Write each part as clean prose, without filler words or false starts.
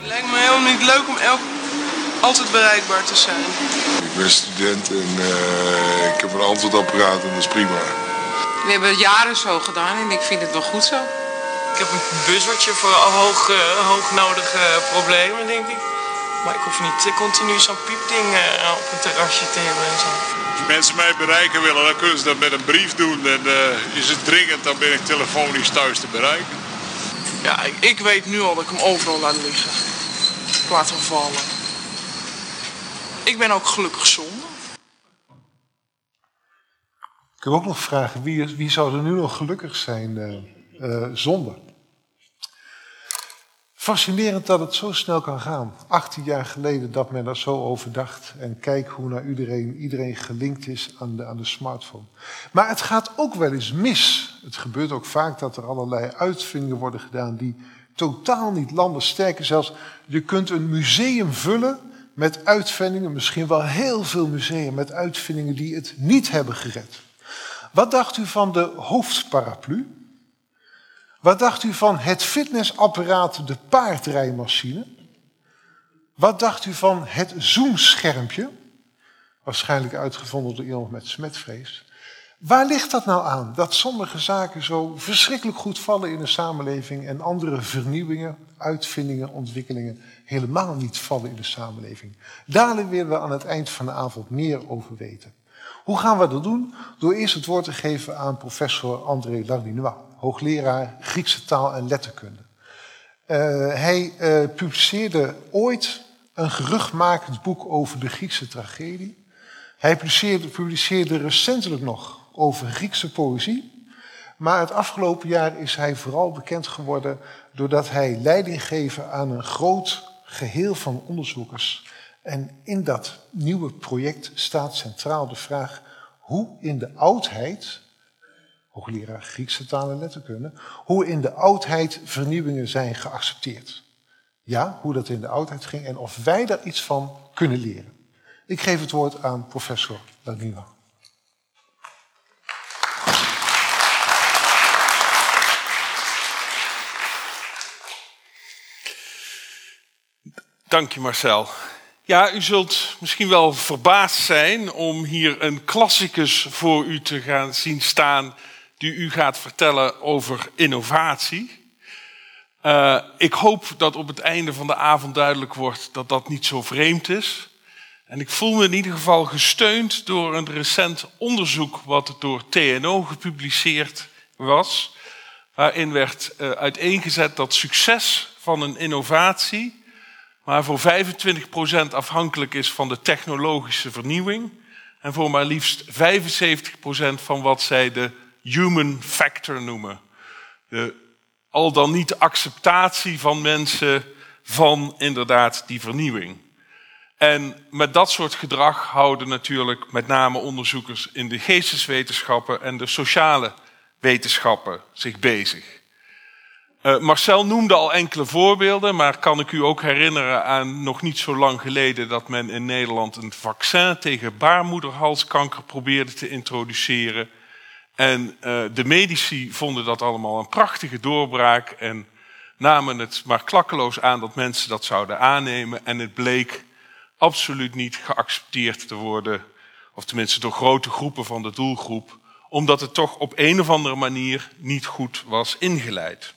Het lijkt me helemaal niet leuk om altijd bereikbaar te zijn. Ik ben student en ik heb een antwoordapparaat en dat is prima. We hebben het jaren zo gedaan en ik vind het wel goed zo. Ik heb een buzzertje voor hoognodige problemen, denk ik. Maar ik hoef niet continu zo'n piepding op een terrasje te hebben en zo. Als mensen mij bereiken willen, dan kunnen ze dat met een brief doen. En is het dringend, dan ben ik telefonisch thuis te bereiken. Ja, ik weet nu al dat ik hem overal laat liggen. Ik laat hem vallen. Ik ben ook gelukkig zonder. Ik heb ook nog vragen. Wie zou er nu nog gelukkig zijn zonder? Fascinerend dat het zo snel kan gaan. 18 jaar geleden dat men daar zo over dacht. En kijk hoe naar iedereen gelinkt is aan de smartphone. Maar het gaat ook wel eens mis. Het gebeurt ook vaak dat er allerlei uitvindingen worden gedaan die totaal niet landen. Sterker zelfs, je kunt een museum vullen met uitvindingen. Misschien wel heel veel musea met uitvindingen die het niet hebben gered. Wat dacht u van de hoofdparaplu? Wat dacht u van het fitnessapparaat, de paardrijmachine? Wat dacht u van het zoomschermpje? Waarschijnlijk uitgevonden door iemand met smetvrees. Waar ligt dat nou aan? Dat sommige zaken zo verschrikkelijk goed vallen in de samenleving en andere vernieuwingen, uitvindingen, ontwikkelingen helemaal niet vallen in de samenleving. Daar willen we aan het eind van de avond meer over weten. Hoe gaan we dat doen? Door eerst het woord te geven aan professor André Lardinois, hoogleraar Griekse taal en letterkunde. Hij publiceerde ooit een geruchtmakend boek over de Griekse tragedie. Hij publiceerde recentelijk nog over Griekse poëzie. Maar het afgelopen jaar is hij vooral bekend geworden doordat hij leiding geeft aan een groot geheel van onderzoekers. En in dat nieuwe project staat centraal de vraag hoe in de oudheid, hoogleraar Griekse taal en letterkunde, hoe in de oudheid vernieuwingen zijn geaccepteerd. Ja, hoe dat in de oudheid ging en of wij daar iets van kunnen leren. Ik geef het woord aan professor Lardinois. Dank je, Marcel. Ja, u zult misschien wel verbaasd zijn om hier een klassicus voor u te gaan zien staan die u gaat vertellen over innovatie. Ik hoop dat op het einde van de avond duidelijk wordt dat dat niet zo vreemd is. En ik voel me in ieder geval gesteund door een recent onderzoek wat door TNO gepubliceerd was. Waarin werd uiteengezet dat succes van een innovatie maar voor 25% afhankelijk is van de technologische vernieuwing. En voor maar liefst 75% van wat zij de human factor noemen. De al dan niet acceptatie van mensen van inderdaad die vernieuwing. En met dat soort gedrag houden natuurlijk met name onderzoekers in de geesteswetenschappen en de sociale wetenschappen zich bezig. Marcel noemde al enkele voorbeelden, maar kan ik u ook herinneren aan nog niet zo lang geleden dat men in Nederland een vaccin tegen baarmoederhalskanker probeerde te introduceren. En de medici vonden dat allemaal een prachtige doorbraak en namen het maar klakkeloos aan dat mensen dat zouden aannemen. En het bleek absoluut niet geaccepteerd te worden, of tenminste door grote groepen van de doelgroep, omdat het toch op een of andere manier niet goed was ingeleid.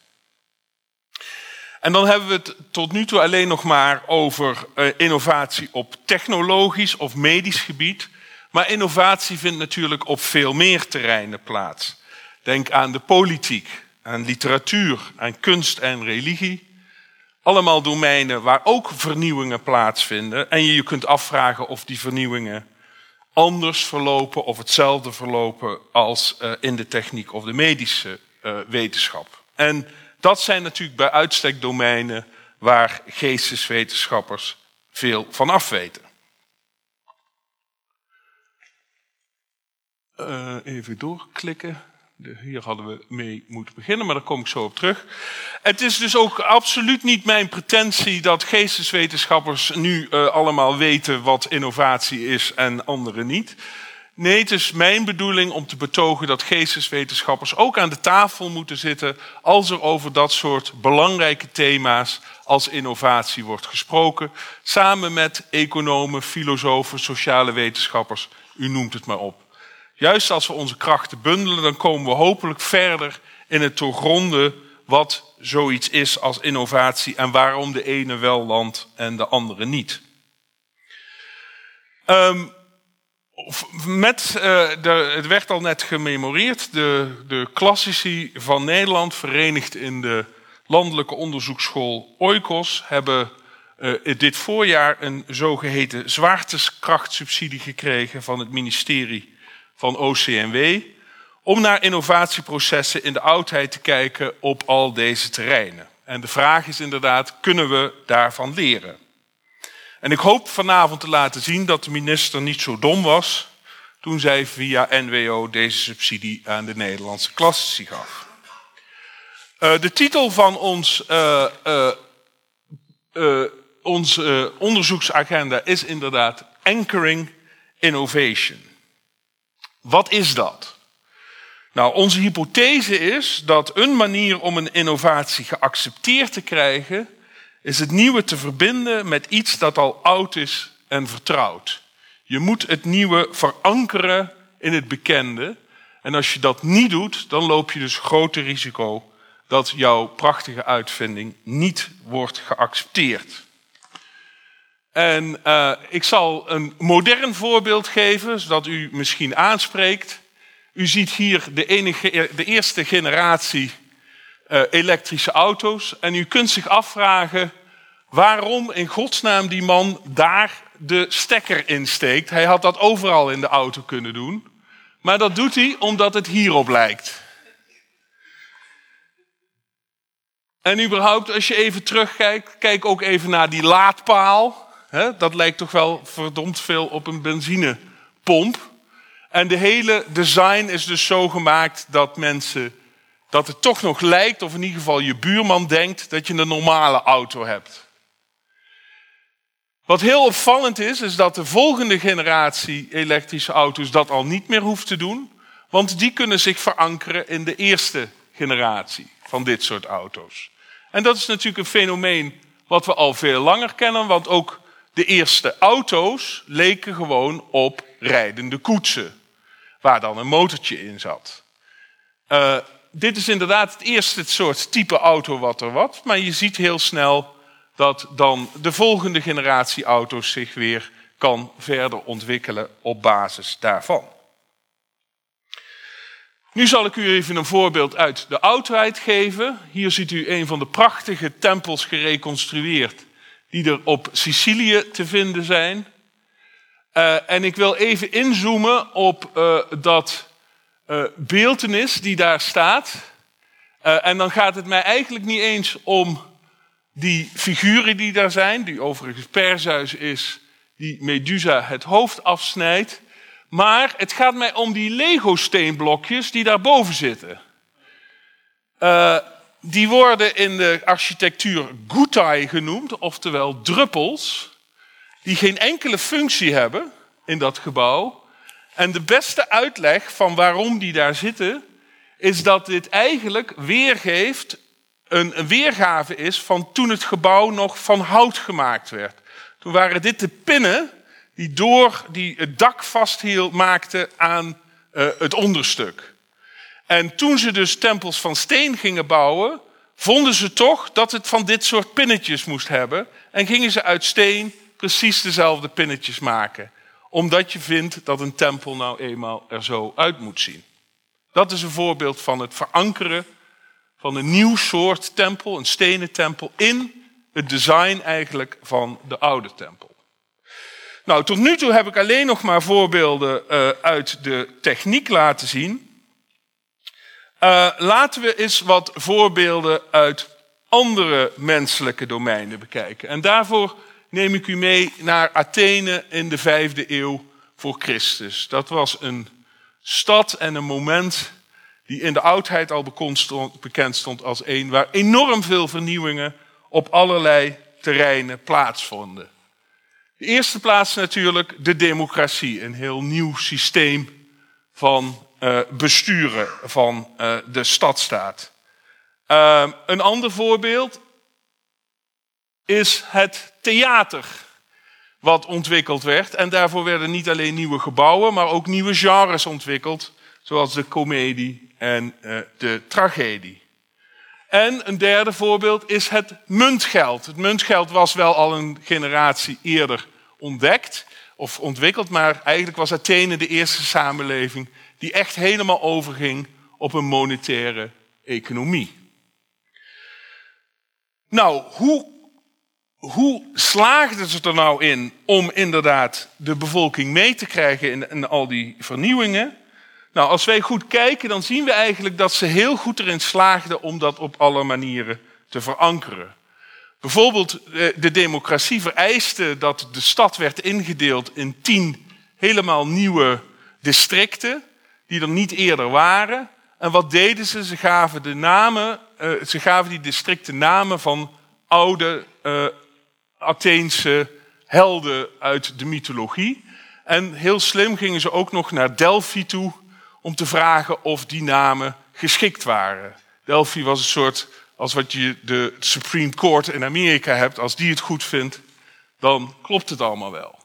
En dan hebben we het tot nu toe alleen nog maar over innovatie op technologisch of medisch gebied. Maar innovatie vindt natuurlijk op veel meer terreinen plaats. Denk aan de politiek, aan literatuur, aan kunst en religie. Allemaal domeinen waar ook vernieuwingen plaatsvinden. En je kunt afvragen of die vernieuwingen anders verlopen of hetzelfde verlopen als in de techniek of de medische wetenschap. En dat zijn natuurlijk bij uitstek domeinen waar geesteswetenschappers veel van afweten. Even doorklikken. Hier hadden we mee moeten beginnen, maar daar kom ik zo op terug. Het is dus ook absoluut niet mijn pretentie dat geesteswetenschappers nu allemaal weten wat innovatie is en anderen niet. Nee, het is mijn bedoeling om te betogen dat geesteswetenschappers ook aan de tafel moeten zitten als er over dat soort belangrijke thema's als innovatie wordt gesproken, samen met economen, filosofen, sociale wetenschappers, u noemt het maar op. Juist als we onze krachten bundelen, dan komen we hopelijk verder in het doorgronden wat zoiets is als innovatie en waarom de ene wel landt en de andere niet. Het werd al net gememoreerd, de klassici van Nederland, verenigd in de landelijke onderzoeksschool Oikos, hebben dit voorjaar een zogeheten zwaartekrachtsubsidie gekregen van het ministerie van OCMW, om naar innovatieprocessen in de oudheid te kijken op al deze terreinen. En de vraag is inderdaad, kunnen we daarvan leren? En ik hoop vanavond te laten zien dat de minister niet zo dom was toen zij via NWO deze subsidie aan de Nederlandse klassici gaf. De titel van onze onderzoeksagenda is inderdaad Anchoring Innovation. Wat is dat? Nou, onze hypothese is dat een manier om een innovatie geaccepteerd te krijgen is het nieuwe te verbinden met iets dat al oud is en vertrouwd. Je moet het nieuwe verankeren in het bekende. En als je dat niet doet, dan loop je dus grote risico dat jouw prachtige uitvinding niet wordt geaccepteerd. En ik zal een modern voorbeeld geven, zodat u misschien aanspreekt. U ziet hier de eerste generatie elektrische auto's. En u kunt zich afvragen waarom in godsnaam die man daar de stekker in steekt. Hij had dat overal in de auto kunnen doen. Maar dat doet hij omdat het hierop lijkt. En überhaupt, als je even terugkijkt, kijk ook even naar die laadpaal. Dat lijkt toch wel verdomd veel op een benzinepomp. En de hele design is dus zo gemaakt dat het toch nog lijkt, of in ieder geval je buurman denkt, dat je een normale auto hebt. Wat heel opvallend is dat de volgende generatie elektrische auto's dat al niet meer hoeft te doen. Want die kunnen zich verankeren in de eerste generatie van dit soort auto's. En dat is natuurlijk een fenomeen wat we al veel langer kennen, want ook de eerste auto's leken gewoon op rijdende koetsen, waar dan een motortje in zat. Dit is inderdaad het eerste soort type auto wat er was, maar je ziet heel snel dat dan de volgende generatie auto's zich weer kan verder ontwikkelen op basis daarvan. Nu zal ik u even een voorbeeld uit de oudheid geven. Hier ziet u een van de prachtige tempels gereconstrueerd die er op Sicilië te vinden zijn. En ik wil even inzoomen op dat beeltenis die daar staat. En dan gaat het mij eigenlijk niet eens om die figuren die daar zijn, die overigens Perseus is, die Medusa het hoofd afsnijdt. Maar het gaat mij om die Lego-steenblokjes die daarboven zitten. Die worden in de architectuur guttae genoemd, oftewel druppels, die geen enkele functie hebben in dat gebouw. En de beste uitleg van waarom die daar zitten, is dat dit eigenlijk weergeeft, een weergave is van toen het gebouw nog van hout gemaakt werd. Toen waren dit de pinnen die het dak maakten aan het onderstuk. En toen ze dus tempels van steen gingen bouwen, vonden ze toch dat het van dit soort pinnetjes moest hebben. En gingen ze uit steen precies dezelfde pinnetjes maken. Omdat je vindt dat een tempel nou eenmaal er zo uit moet zien. Dat is een voorbeeld van het verankeren van een nieuw soort tempel, een stenen tempel, in het design eigenlijk van de oude tempel. Nou, tot nu toe heb ik alleen nog maar voorbeelden uit de techniek laten zien. Laten we eens wat voorbeelden uit andere menselijke domeinen bekijken. En daarvoor neem ik u mee naar Athene in de 5e eeuw voor Christus. Dat was een stad en een moment die in de oudheid al bekend stond als een waar enorm veel vernieuwingen op allerlei terreinen plaatsvonden. De eerste plaats natuurlijk de democratie. Een heel nieuw systeem van besturen van de stadstaat. Een ander voorbeeld is het theater wat ontwikkeld werd. En daarvoor werden niet alleen nieuwe gebouwen, maar ook nieuwe genres ontwikkeld. Zoals de komedie en de tragedie. En een derde voorbeeld is het muntgeld. Het muntgeld was wel al een generatie eerder ontdekt of ontwikkeld, maar eigenlijk was Athene de eerste samenleving die echt helemaal overging op een monetaire economie. Nou, hoe slaagden ze er nou in om inderdaad de bevolking mee te krijgen in al die vernieuwingen? Nou, als wij goed kijken, dan zien we eigenlijk dat ze heel goed erin slaagden om dat op alle manieren te verankeren. Bijvoorbeeld, de democratie vereiste dat de stad werd ingedeeld in 10 helemaal nieuwe districten, die er niet eerder waren. En wat deden ze? Ze gaven die districten namen van oude Atheense helden uit de mythologie. En heel slim gingen ze ook nog naar Delphi toe om te vragen of die namen geschikt waren. Delphi was een soort, als wat je de Supreme Court in Amerika hebt, als die het goed vindt, dan klopt het allemaal wel.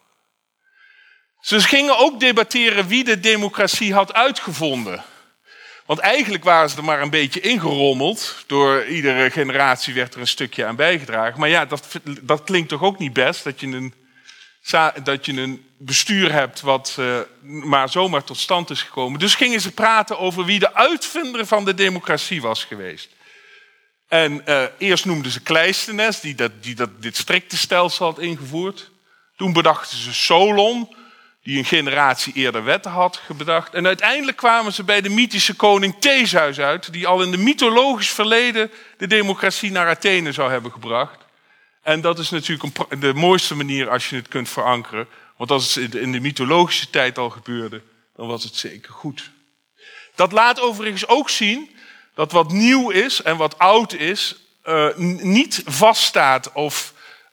Ze gingen ook debatteren wie de democratie had uitgevonden. Want eigenlijk waren ze er maar een beetje ingerommeld. Door iedere generatie werd er een stukje aan bijgedragen. Maar ja, dat klinkt toch ook niet best, dat je een bestuur hebt wat maar zomaar tot stand is gekomen. Dus gingen ze praten over wie de uitvinder van de democratie was geweest. En eerst noemden ze Cleisthenes, die dat districtenstelsel had ingevoerd. Toen bedachten ze Solon, die een generatie eerder wetten had bedacht. En uiteindelijk kwamen ze bij de mythische koning Theseus uit, die al in de mythologisch verleden de democratie naar Athene zou hebben gebracht. En dat is natuurlijk de mooiste manier als je het kunt verankeren. Want als het in de mythologische tijd al gebeurde, dan was het zeker goed. Dat laat overigens ook zien dat wat nieuw is en wat oud is, niet vaststaat of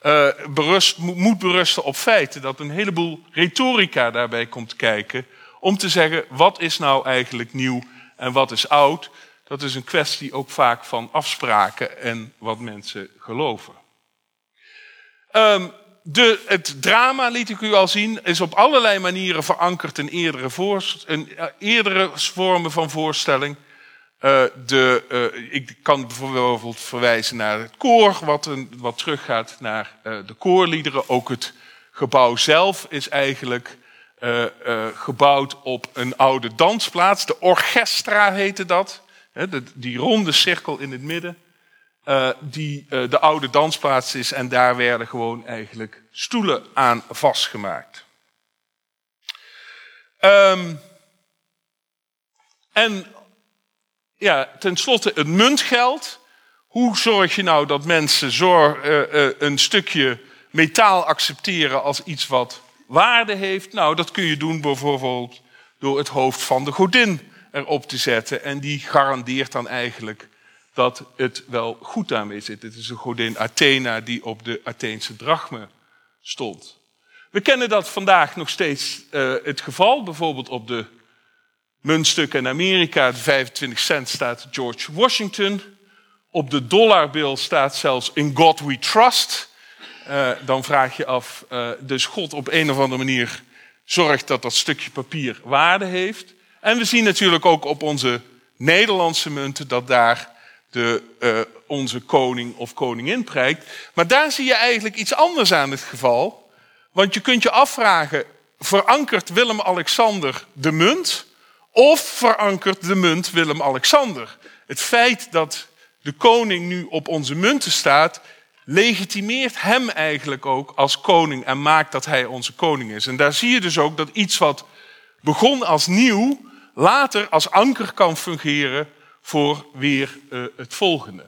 moet berusten op feiten. Dat een heleboel retorica daarbij komt kijken om te zeggen, wat is nou eigenlijk nieuw en wat is oud? Dat is een kwestie ook vaak van afspraken en wat mensen geloven. Het drama, liet ik u al zien, is op allerlei manieren verankerd in eerdere vormen van voorstelling. Ik kan bijvoorbeeld verwijzen naar het koor, wat teruggaat naar de koorliederen. Ook het gebouw zelf is eigenlijk gebouwd op een oude dansplaats. De orchestra heette dat. Die ronde cirkel in het midden. Die de oude dansplaats is en daar werden gewoon eigenlijk stoelen aan vastgemaakt. En ja, tenslotte het muntgeld. Hoe zorg je nou dat mensen een stukje metaal accepteren als iets wat waarde heeft? Nou, dat kun je doen bijvoorbeeld door het hoofd van de godin erop te zetten. En die garandeert dan eigenlijk dat het wel goed daarmee zit. Het is een godin Athena die op de Atheense drachme stond. We kennen dat vandaag nog steeds het geval. Bijvoorbeeld op de muntstukken in Amerika, de 25 cent, staat George Washington. Op de dollarbil staat zelfs In God We Trust. Dan vraag je af, dus God op een of andere manier zorgt dat dat stukje papier waarde heeft. En we zien natuurlijk ook op onze Nederlandse munten dat daar onze koning of koningin prijkt. Maar daar zie je eigenlijk iets anders aan het geval. Want je kunt je afvragen, verankert Willem-Alexander de munt? Of verankert de munt Willem-Alexander? Het feit dat de koning nu op onze munten staat, legitimeert hem eigenlijk ook als koning en maakt dat hij onze koning is. En daar zie je dus ook dat iets wat begon als nieuw, later als anker kan fungeren voor weer het volgende.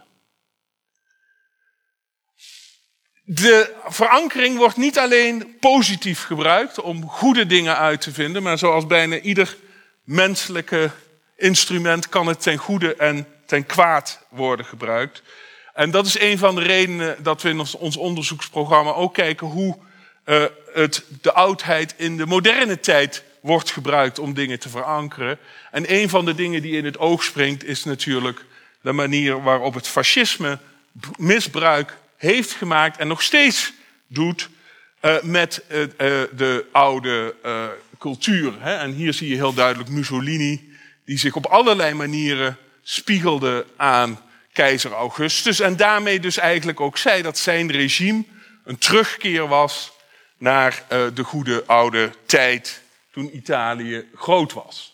De verankering wordt niet alleen positief gebruikt om goede dingen uit te vinden, maar zoals bijna ieder menselijke instrument kan het ten goede en ten kwaad worden gebruikt. En dat is een van de redenen dat we in ons onderzoeksprogramma ook kijken hoe de oudheid in de moderne tijd wordt gebruikt om dingen te verankeren. En een van de dingen die in het oog springt is natuurlijk de manier waarop het fascisme misbruik heeft gemaakt en nog steeds doet met de oude cultuur. Hè? En hier zie je heel duidelijk Mussolini, die zich op allerlei manieren spiegelde aan keizer Augustus. En daarmee dus eigenlijk ook zei dat zijn regime een terugkeer was naar de goede oude tijd toen Italië groot was.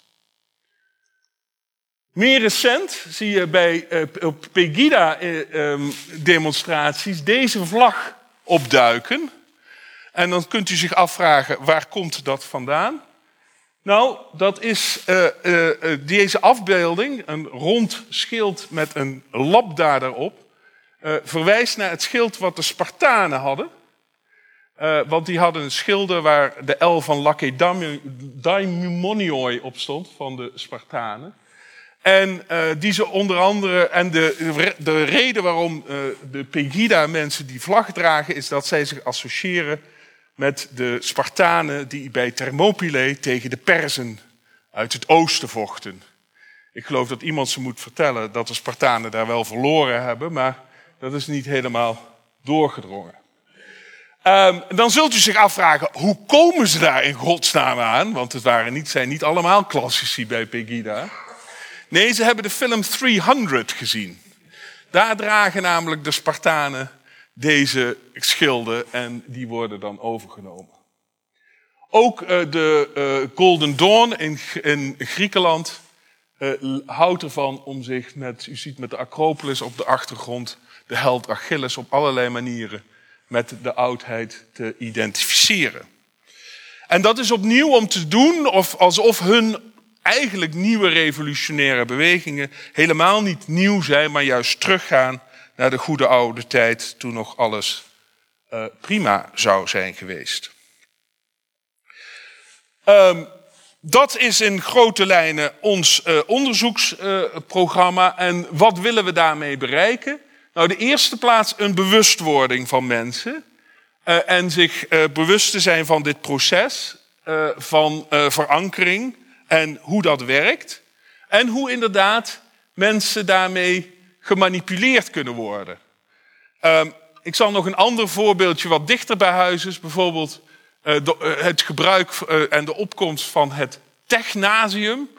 Meer recent zie je bij op Pegida-demonstraties deze vlag opduiken. En dan kunt u zich afvragen, waar komt dat vandaan? Nou, dat is deze afbeelding, een rond schild met een labdaar erop, verwijst naar het schild wat de Spartanen hadden. Want die hadden een schilder waar de L van Lakedaimonioi op stond, van de Spartanen. En die ze onder andere, en de reden waarom de Pegida-mensen die vlag dragen, is dat zij zich associëren met de Spartanen die bij Thermopylae tegen de Perzen uit het oosten vochten. Ik geloof dat iemand ze moet vertellen dat de Spartanen daar wel verloren hebben, maar dat is niet helemaal doorgedrongen. Dan zult u zich afvragen, hoe komen ze daar in godsnaam aan? Want het zijn niet allemaal klassici bij Pegida. Nee, ze hebben de film 300 gezien. Daar dragen namelijk de Spartanen deze schilden en die worden dan overgenomen. Ook de Golden Dawn in Griekenland houdt ervan om zich u ziet met de Acropolis op de achtergrond, de held Achilles op allerlei manieren met de oudheid te identificeren. En dat is opnieuw om te doen alsof hun eigenlijk nieuwe revolutionaire bewegingen helemaal niet nieuw zijn, maar juist teruggaan naar de goede oude tijd toen nog alles prima zou zijn geweest. Dat is in grote lijnen ons onderzoeksprogramma. En wat willen we daarmee bereiken? Nou, de eerste plaats een bewustwording van mensen. En zich bewust te zijn van dit proces van verankering en hoe dat werkt. En hoe inderdaad mensen daarmee gemanipuleerd kunnen worden. Ik zal nog een ander voorbeeldje wat dichter bij huis is. Bijvoorbeeld het gebruik en de opkomst van het technasium.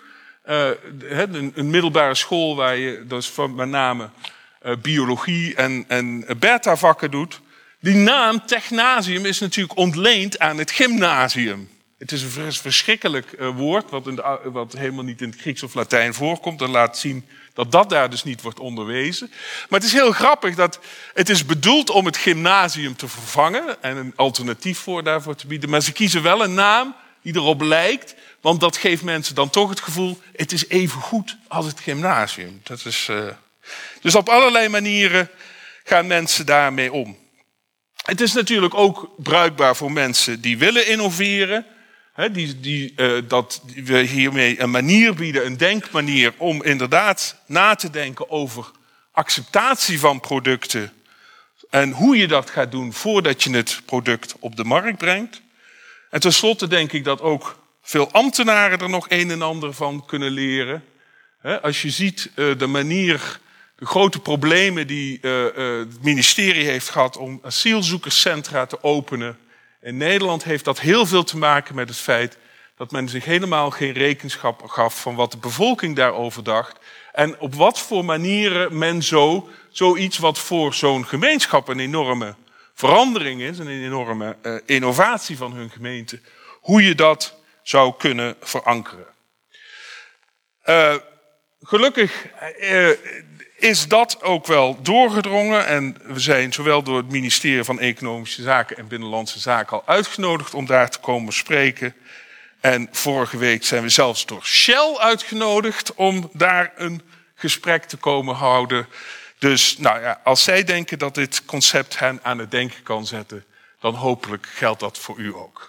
Een middelbare school waar je dus met name biologie en beta-vakken doet. Die naam technasium is natuurlijk ontleend aan het gymnasium. Het is een verschrikkelijk woord wat helemaal niet in het Grieks of Latijn voorkomt. En laat zien dat dat daar dus niet wordt onderwezen. Maar het is heel grappig dat het is bedoeld om het gymnasium te vervangen en een alternatief daarvoor te bieden. Maar ze kiezen wel een naam die erop lijkt, want dat geeft mensen dan toch het gevoel, het is even goed als het gymnasium. Dat is, dus op allerlei manieren gaan mensen daarmee om. Het is natuurlijk ook bruikbaar voor mensen die willen innoveren. Dat we hiermee een manier bieden, een denkmanier om inderdaad na te denken over acceptatie van producten en hoe je dat gaat doen voordat je het product op de markt brengt. En tenslotte denk ik dat ook veel ambtenaren er nog een en ander van kunnen leren. Als je ziet de manier, de grote problemen die het ministerie heeft gehad om asielzoekerscentra te openen. In Nederland heeft dat heel veel te maken met het feit dat men zich helemaal geen rekenschap gaf van wat de bevolking daarover dacht. En op wat voor manieren men zoiets wat voor zo'n gemeenschap een enorme verandering is, een enorme innovatie van hun gemeente, hoe je dat zou kunnen verankeren. Gelukkig is dat ook wel doorgedrongen en we zijn zowel door het ministerie van Economische Zaken en Binnenlandse Zaken al uitgenodigd om daar te komen spreken. En vorige week zijn we zelfs door Shell uitgenodigd om daar een gesprek te komen houden. Dus nou ja, als zij denken dat dit concept hen aan het denken kan zetten, dan hopelijk geldt dat voor u ook.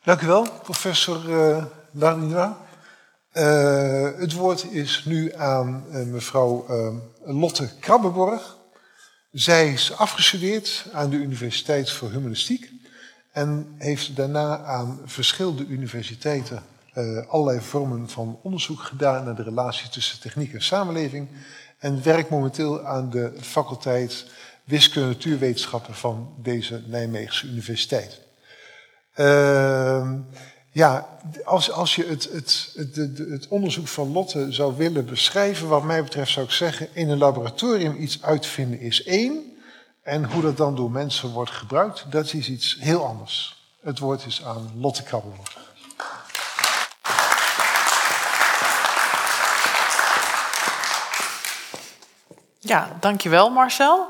Dank u wel, professor Lardinois. Het woord is nu aan mevrouw Lotte Krabbenborg. Zij is afgestudeerd aan de Universiteit voor Humanistiek en heeft daarna aan verschillende universiteiten allerlei vormen van onderzoek gedaan naar de relatie tussen techniek en samenleving en werkt momenteel aan de faculteit Wiskunde en Natuurwetenschappen van deze Nijmeegse universiteit. Als je het onderzoek van Lotte zou willen beschrijven, wat mij betreft zou ik zeggen, in een laboratorium iets uitvinden is één. En hoe dat dan door mensen wordt gebruikt, dat is iets heel anders. Het woord is aan Lotte Krabbenborg. Ja, dankjewel Marcel.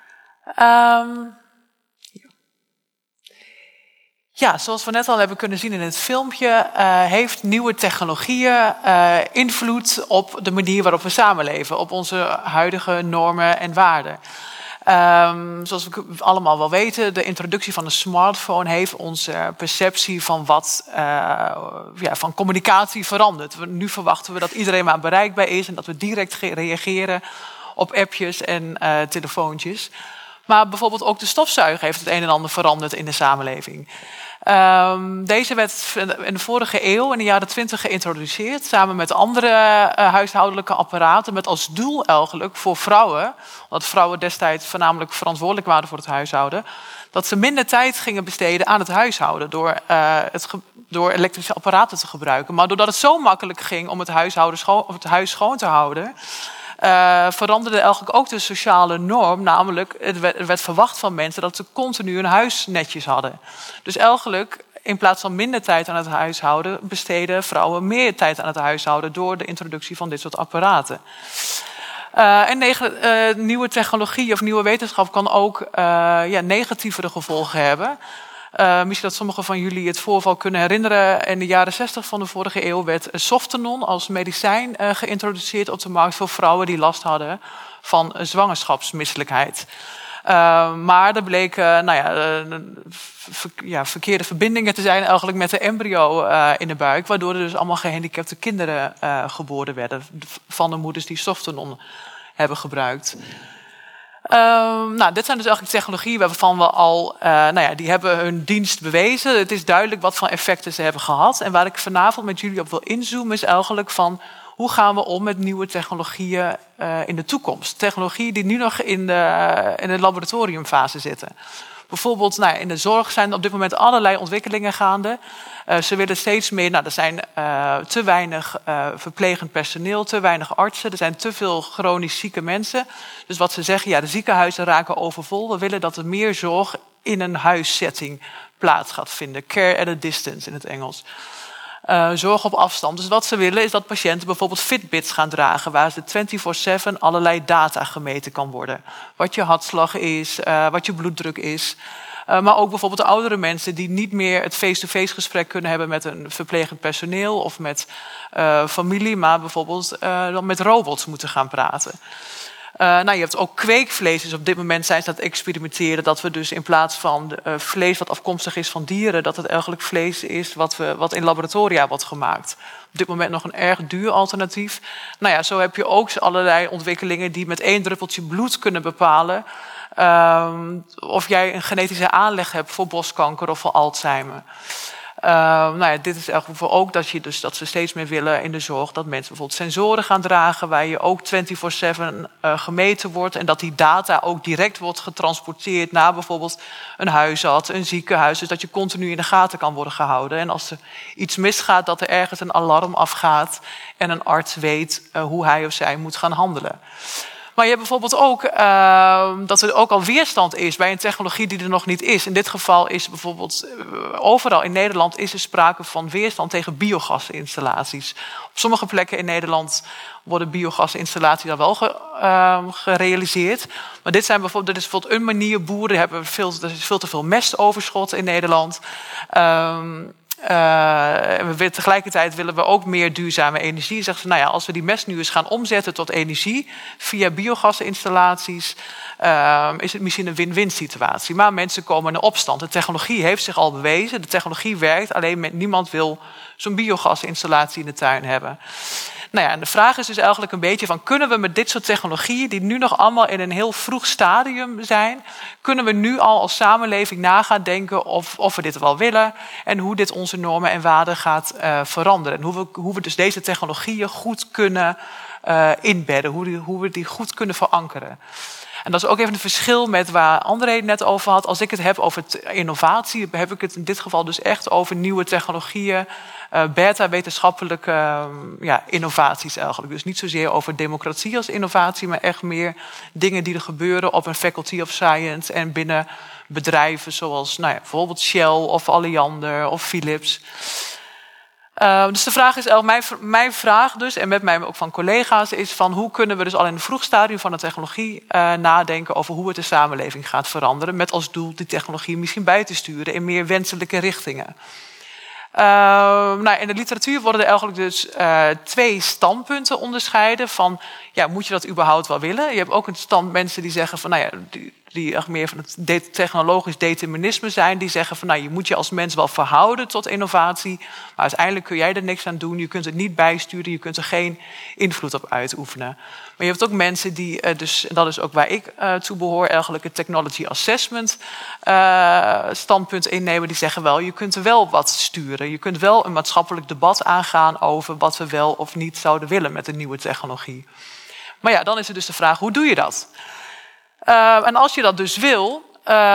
Ja, zoals we net al hebben kunnen zien in het filmpje, heeft nieuwe technologieën invloed op de manier waarop we samenleven, op onze huidige normen en waarden. Zoals we allemaal wel weten, de introductie van de smartphone heeft onze perceptie van van communicatie veranderd. Nu verwachten we dat iedereen maar bereikbaar is en dat we direct reageren op appjes en telefoontjes. Maar bijvoorbeeld ook de stofzuiger heeft het een en ander veranderd in de samenleving. Deze werd in de vorige eeuw, in de jaren 20, geïntroduceerd, samen met andere huishoudelijke apparaten, met als doel eigenlijk voor vrouwen, omdat vrouwen destijds voornamelijk verantwoordelijk waren voor het huishouden, dat ze minder tijd gingen besteden aan het huishouden door elektrische apparaten te gebruiken. Maar doordat het zo makkelijk ging om het huis schoon te houden, veranderde eigenlijk ook de sociale norm. Namelijk, er werd verwacht van mensen dat ze continu hun huis netjes hadden. Dus eigenlijk, in plaats van minder tijd aan het huishouden, besteden vrouwen meer tijd aan het huishouden door de introductie van dit soort apparaten. Nieuwe technologie of nieuwe wetenschap kan ook negatievere gevolgen hebben. Misschien dat sommigen van jullie het voorval kunnen herinneren. In de jaren 60 van de vorige eeuw werd Softenon als medicijn geïntroduceerd op de markt voor vrouwen die last hadden van zwangerschapsmisselijkheid. Maar er bleken verkeerde verbindingen te zijn eigenlijk met de embryo in de buik, waardoor er dus allemaal gehandicapte kinderen geboren werden van de moeders die Softenon hebben gebruikt. Dit zijn dus eigenlijk technologieën waarvan we al, die hebben hun dienst bewezen. Het is duidelijk wat voor effecten ze hebben gehad. En waar ik vanavond met jullie op wil inzoomen is eigenlijk van hoe gaan we om met nieuwe technologieën in de toekomst. Technologieën die nu nog in de laboratoriumfase zitten. Bijvoorbeeld in de zorg zijn op dit moment allerlei ontwikkelingen gaande. Ze willen steeds meer, er zijn te weinig verplegend personeel, te weinig artsen. Er zijn te veel chronisch zieke mensen. Dus wat ze zeggen, de ziekenhuizen raken overvol. We willen dat er meer zorg in een huissetting plaats gaat vinden. Care at a distance in het Engels. Zorg op afstand. Dus wat ze willen is dat patiënten bijvoorbeeld Fitbits gaan dragen, waar ze 24/7 allerlei data gemeten kan worden. Wat je hartslag is, wat je bloeddruk is. Maar ook bijvoorbeeld de oudere mensen die niet meer het face-to-face gesprek kunnen hebben met een verplegend personeel of met familie, maar bijvoorbeeld dan met robots moeten gaan praten. Je hebt ook kweekvlees. Dus op dit moment zijn ze aan het experimenteren dat we dus in plaats van vlees wat afkomstig is van dieren, dat het eigenlijk vlees is wat in laboratoria wordt gemaakt. Op dit moment nog een erg duur alternatief. Zo heb je ook allerlei ontwikkelingen die met 1 druppeltje bloed kunnen bepalen of jij een genetische aanleg hebt voor borstkanker of voor Alzheimer. Dit is eigenlijk ook dat ze steeds meer willen in de zorg dat mensen bijvoorbeeld sensoren gaan dragen waar je ook 24/7 gemeten wordt en dat die data ook direct wordt getransporteerd naar bijvoorbeeld een huisarts, een ziekenhuis, dus dat je continu in de gaten kan worden gehouden. En als er iets misgaat, dat er ergens een alarm afgaat en een arts weet hoe hij of zij moet gaan handelen. Maar je hebt bijvoorbeeld ook dat er ook al weerstand is bij een technologie die er nog niet is. In dit geval is bijvoorbeeld overal in Nederland is er sprake van weerstand tegen biogasinstallaties. Op sommige plekken in Nederland worden biogasinstallaties al wel gerealiseerd. Maar dit is bijvoorbeeld een manier. Boeren hebben er is veel te veel mestoverschot in Nederland. Tegelijkertijd willen we ook meer duurzame energie. Zeggen ze, nou ja, als we die mest nu eens gaan omzetten tot energie via biogasinstallaties, is het misschien een win-win situatie. Maar mensen komen in opstand. De technologie heeft zich al bewezen. De technologie werkt, alleen niemand wil zo'n biogasinstallatie in de tuin hebben. Nou ja, en de vraag is dus eigenlijk een beetje van, kunnen we met dit soort technologieën, die nu nog allemaal in een heel vroeg stadium zijn, kunnen we nu al als samenleving na gaan denken of we dit wel willen en hoe dit onze normen en waarden gaat veranderen. En hoe we dus deze technologieën goed kunnen inbedden, hoe we die goed kunnen verankeren. En dat is ook even een verschil met waar André het net over had. Als ik het heb over innovatie, heb ik het in dit geval dus echt over nieuwe technologieën, beta-wetenschappelijke innovaties eigenlijk. Dus niet zozeer over democratie als innovatie, maar echt meer dingen die er gebeuren op een faculty of science en binnen bedrijven zoals bijvoorbeeld Shell of Alliander of Philips. Dus de vraag is mijn vraag dus, en met mij ook van collega's, is van hoe kunnen we dus al in een vroeg stadium van de technologie nadenken over hoe het de samenleving gaat veranderen, met als doel die technologie misschien bij te sturen in meer wenselijke richtingen. In de literatuur worden er eigenlijk dus 2 standpunten onderscheiden van, moet je dat überhaupt wel willen? Je hebt ook een stand mensen die zeggen van, die echt meer van het technologisch determinisme zijn, die zeggen van, je moet je als mens wel verhouden tot innovatie, maar uiteindelijk kun jij er niks aan doen, je kunt het niet bijsturen, je kunt er geen invloed op uitoefenen. Maar je hebt ook mensen die, dus dat is ook waar ik toe behoor, eigenlijk het technology assessment standpunt innemen, die zeggen wel, je kunt er wel wat sturen, je kunt wel een maatschappelijk debat aangaan over wat we wel of niet zouden willen met een nieuwe technologie. Maar dan is er dus de vraag, hoe doe je dat? En als je dat dus wil,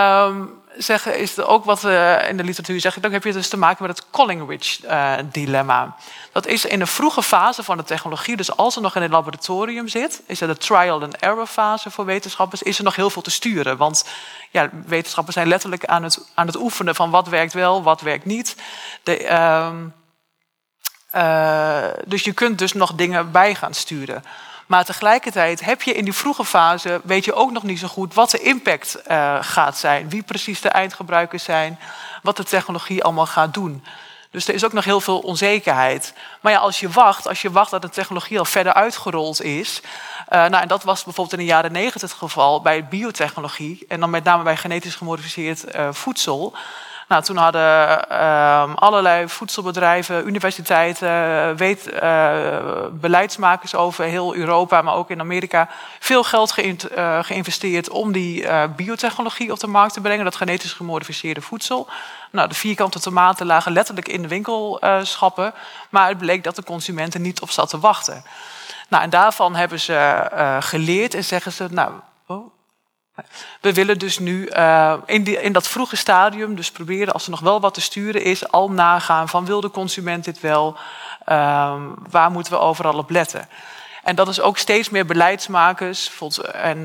is er ook wat in de literatuur zeggen, dan heb je dus te maken met het Collingridge-dilemma. Dat is in een vroege fase van de technologie, dus als er nog in het laboratorium zit, is er de trial-and-error fase voor wetenschappers, is er nog heel veel te sturen. Want wetenschappers zijn letterlijk aan het oefenen van wat werkt wel, wat werkt niet. Dus je kunt dus nog dingen bij gaan sturen. Maar tegelijkertijd heb je in die vroege fase, weet je ook nog niet zo goed wat de impact gaat zijn. Wie precies de eindgebruikers zijn, wat de technologie allemaal gaat doen. Dus er is ook nog heel veel onzekerheid. Maar als je wacht dat de technologie al verder uitgerold is. En dat was bijvoorbeeld in de jaren 90 het geval bij biotechnologie. En dan met name bij genetisch gemodificeerd voedsel. Toen hadden allerlei voedselbedrijven, universiteiten, beleidsmakers over heel Europa, maar ook in Amerika, veel geld geïnvesteerd om die biotechnologie op de markt te brengen, dat genetisch gemodificeerde voedsel. De vierkante tomaten lagen letterlijk in de winkelschappen, maar het bleek dat de consument er niet op zat te wachten. En daarvan hebben ze geleerd en zeggen ze, we willen dus nu in dat vroege stadium dus proberen, als er nog wel wat te sturen is, al nagaan van wil de consument dit wel, waar moeten we overal op letten. En dat is ook steeds meer beleidsmakers, bijvoorbeeld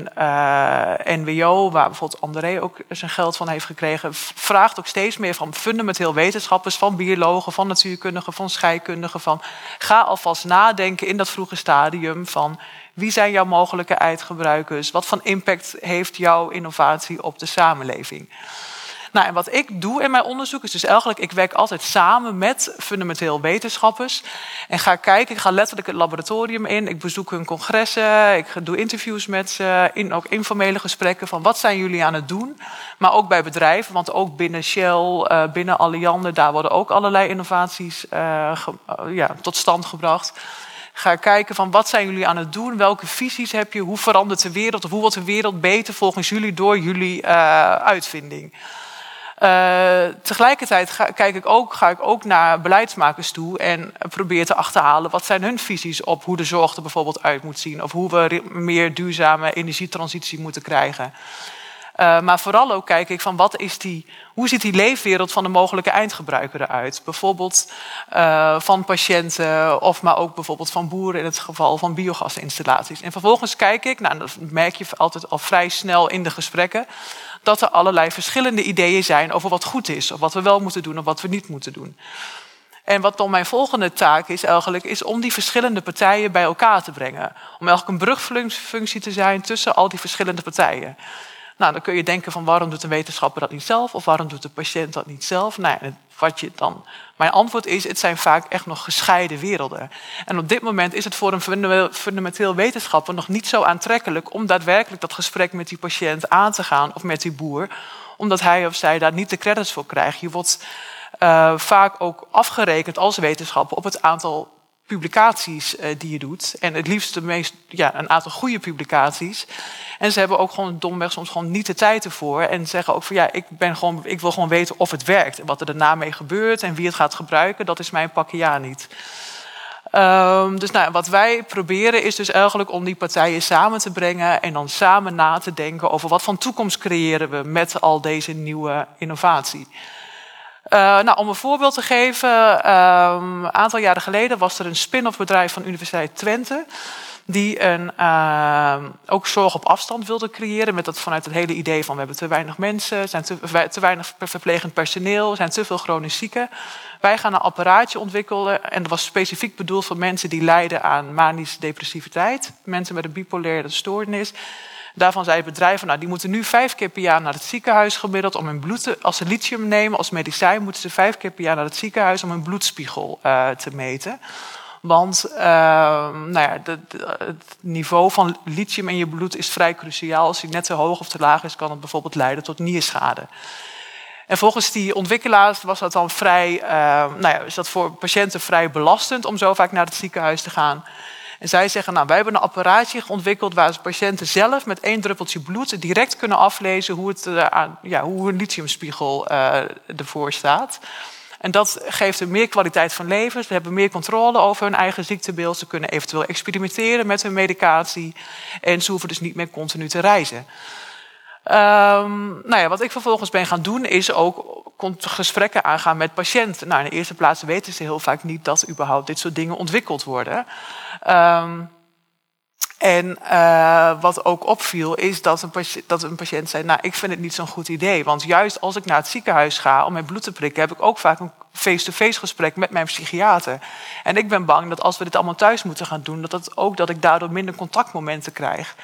NWO, waar bijvoorbeeld André ook zijn geld van heeft gekregen, vraagt ook steeds meer van fundamenteel wetenschappers, van biologen, van natuurkundigen, van scheikundigen, van ga alvast nadenken in dat vroege stadium van wie zijn jouw mogelijke eindgebruikers, wat voor impact heeft jouw innovatie op de samenleving. En wat ik doe in mijn onderzoek is dus eigenlijk, ik werk altijd samen met fundamenteel wetenschappers. En ga kijken, ik ga letterlijk het laboratorium in. Ik bezoek hun congressen, ik doe interviews met ze. Ook informele gesprekken van wat zijn jullie aan het doen. Maar ook bij bedrijven, want ook binnen Shell, binnen Alliander, daar worden ook allerlei innovaties tot stand gebracht. Ga kijken van wat zijn jullie aan het doen, welke visies heb je, hoe verandert de wereld of hoe wordt de wereld beter volgens jullie door jullie uitvinding. Tegelijkertijd ga ik ook naar beleidsmakers toe en probeer te achterhalen wat zijn hun visies op hoe de zorg er bijvoorbeeld uit moet zien of hoe we meer duurzame energietransitie moeten krijgen. Maar vooral ook kijk ik van hoe ziet die leefwereld van de mogelijke eindgebruiker eruit? Bijvoorbeeld van patiënten of maar ook bijvoorbeeld van boeren in het geval van biogasinstallaties. En vervolgens kijk ik, dat merk je altijd al vrij snel in de gesprekken, dat er allerlei verschillende ideeën zijn over wat goed is, of wat we wel moeten doen of wat we niet moeten doen. En wat dan mijn volgende taak is eigenlijk, is om die verschillende partijen bij elkaar te brengen. Om eigenlijk een brugfunctie te zijn tussen al die verschillende partijen. Nou, dan kun je denken van waarom doet een wetenschapper dat niet zelf? Of waarom doet de patiënt dat niet zelf? Nou, mijn antwoord is, het zijn vaak echt nog gescheiden werelden. En op dit moment is het voor een fundamenteel wetenschapper nog niet zo aantrekkelijk om daadwerkelijk dat gesprek met die patiënt aan te gaan of met die boer, omdat hij of zij daar niet de credits voor krijgt. Je wordt vaak ook afgerekend als wetenschapper op het aantal publicaties die je doet. En het liefst een aantal goede publicaties. En ze hebben ook gewoon domweg soms gewoon niet de tijd ervoor. En zeggen ook van ik wil gewoon weten of het werkt. En wat er daarna mee gebeurt en wie het gaat gebruiken, dat is mijn pakje niet. Dus wat wij proberen is dus eigenlijk om die partijen samen te brengen en dan samen na te denken over wat voor toekomst creëren we met al deze nieuwe innovatie. Om een voorbeeld te geven, een aantal jaren geleden was er een spin-off bedrijf van de Universiteit Twente die ook zorg op afstand wilde creëren vanuit het hele idee van we hebben te weinig mensen, zijn te weinig verplegend personeel, er zijn te veel chronisch zieken. Wij gaan een apparaatje ontwikkelen en dat was specifiek bedoeld voor mensen die lijden aan manische depressiviteit, mensen met een bipolaire stoornis. Daarvan zei het bedrijf, die moeten nu 5 keer per jaar naar het ziekenhuis gemiddeld om hun bloed, als ze lithium nemen als medicijn, moeten ze 5 keer per jaar naar het ziekenhuis om hun bloedspiegel te meten. Want het niveau van lithium in je bloed is vrij cruciaal. Als die net te hoog of te laag is, kan het bijvoorbeeld leiden tot nierschade. En volgens die ontwikkelaars was dat dan is dat voor patiënten vrij belastend om zo vaak naar het ziekenhuis te gaan. En zij zeggen, wij hebben een apparaatje ontwikkeld waar patiënten zelf met 1 druppeltje bloed direct kunnen aflezen hoe hun lithiumspiegel ervoor staat. En dat geeft hen meer kwaliteit van leven. Ze hebben meer controle over hun eigen ziektebeeld. Ze kunnen eventueel experimenteren met hun medicatie. En ze hoeven dus niet meer continu te reizen. Wat ik vervolgens ben gaan doen is ook gesprekken aangaan met patiënten. In de eerste plaats weten ze heel vaak niet dat überhaupt dit soort dingen ontwikkeld worden. Wat ook opviel is dat een patiënt zei, ik vind het niet zo'n goed idee. Want juist als ik naar het ziekenhuis ga om mijn bloed te prikken, heb ik ook vaak een face-to-face gesprek met mijn psychiater. En ik ben bang dat als we dit allemaal thuis moeten gaan doen, dat ik daardoor minder contactmomenten krijg.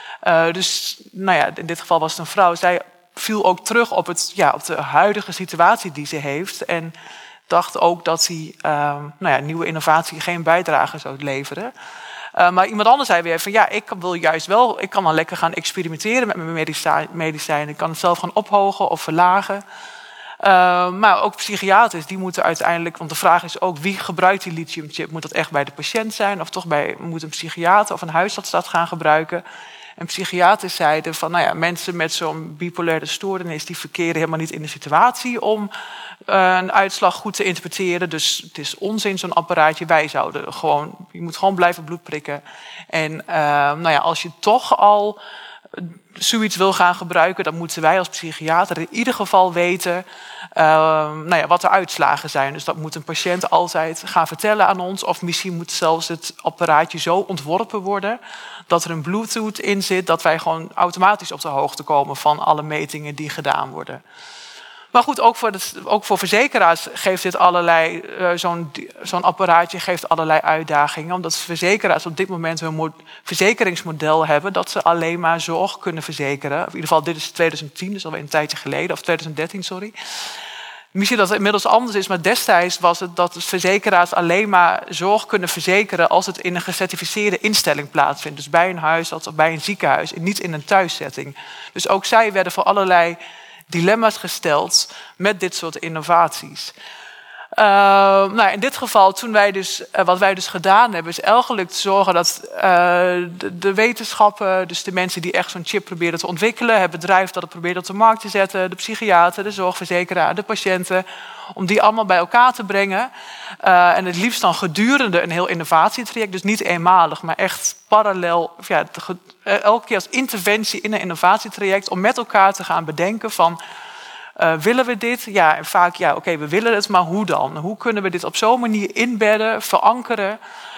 In dit geval was het een vrouw. Zij viel ook terug op de huidige situatie die ze heeft. En dacht ook dat die nieuwe innovatie geen bijdrage zou leveren. Maar iemand anders zei weer van ik kan wel lekker gaan experimenteren met mijn medicijnen. Ik kan het zelf gaan ophogen of verlagen. Maar ook psychiaters, die moeten uiteindelijk, want de vraag is ook wie gebruikt die lithiumchip? Moet dat echt bij de patiënt zijn of toch moet een psychiater of een huisarts dat gaan gebruiken? En psychiaters zeiden van, mensen met zo'n bipolaire stoornis, die verkeren helemaal niet in de situatie om een uitslag goed te interpreteren. Dus het is onzin, zo'n apparaatje. Je moet gewoon blijven bloed prikken. En als je toch al zoiets wil gaan gebruiken, dan moeten wij als psychiater in ieder geval weten wat de uitslagen zijn. Dus dat moet een patiënt altijd gaan vertellen aan ons. Of misschien moet zelfs het apparaatje zo ontworpen worden dat er een Bluetooth in zit, dat wij gewoon automatisch op de hoogte komen van alle metingen die gedaan worden. Maar goed, ook voor verzekeraars geeft dit allerlei, zo'n apparaatje geeft allerlei uitdagingen. Omdat verzekeraars op dit moment hun verzekeringsmodel hebben dat ze alleen maar zorg kunnen verzekeren. Of in ieder geval, dit is 2010, dus alweer een tijdje geleden, of 2013, sorry. Misschien dat het inmiddels anders is, maar destijds was het dat de verzekeraars alleen maar zorg kunnen verzekeren als het in een gecertificeerde instelling plaatsvindt. Dus bij een huisarts of bij een ziekenhuis en niet in een thuissetting. Dus ook zij werden voor allerlei dilemma's gesteld met dit soort innovaties. In dit geval, wat wij dus gedaan hebben, is eigenlijk te zorgen dat de wetenschappen, dus de mensen die echt zo'n chip proberen te ontwikkelen, het bedrijf dat het probeert op de markt te zetten, de psychiater, de zorgverzekeraar, de patiënten, om die allemaal bij elkaar te brengen. En het liefst dan gedurende een heel innovatietraject, dus niet eenmalig, maar echt parallel, elke keer als interventie in een innovatietraject, om met elkaar te gaan bedenken van, willen we dit? Ja, en vaak we willen het, maar hoe dan? Hoe kunnen we dit op zo'n manier inbedden, verankeren,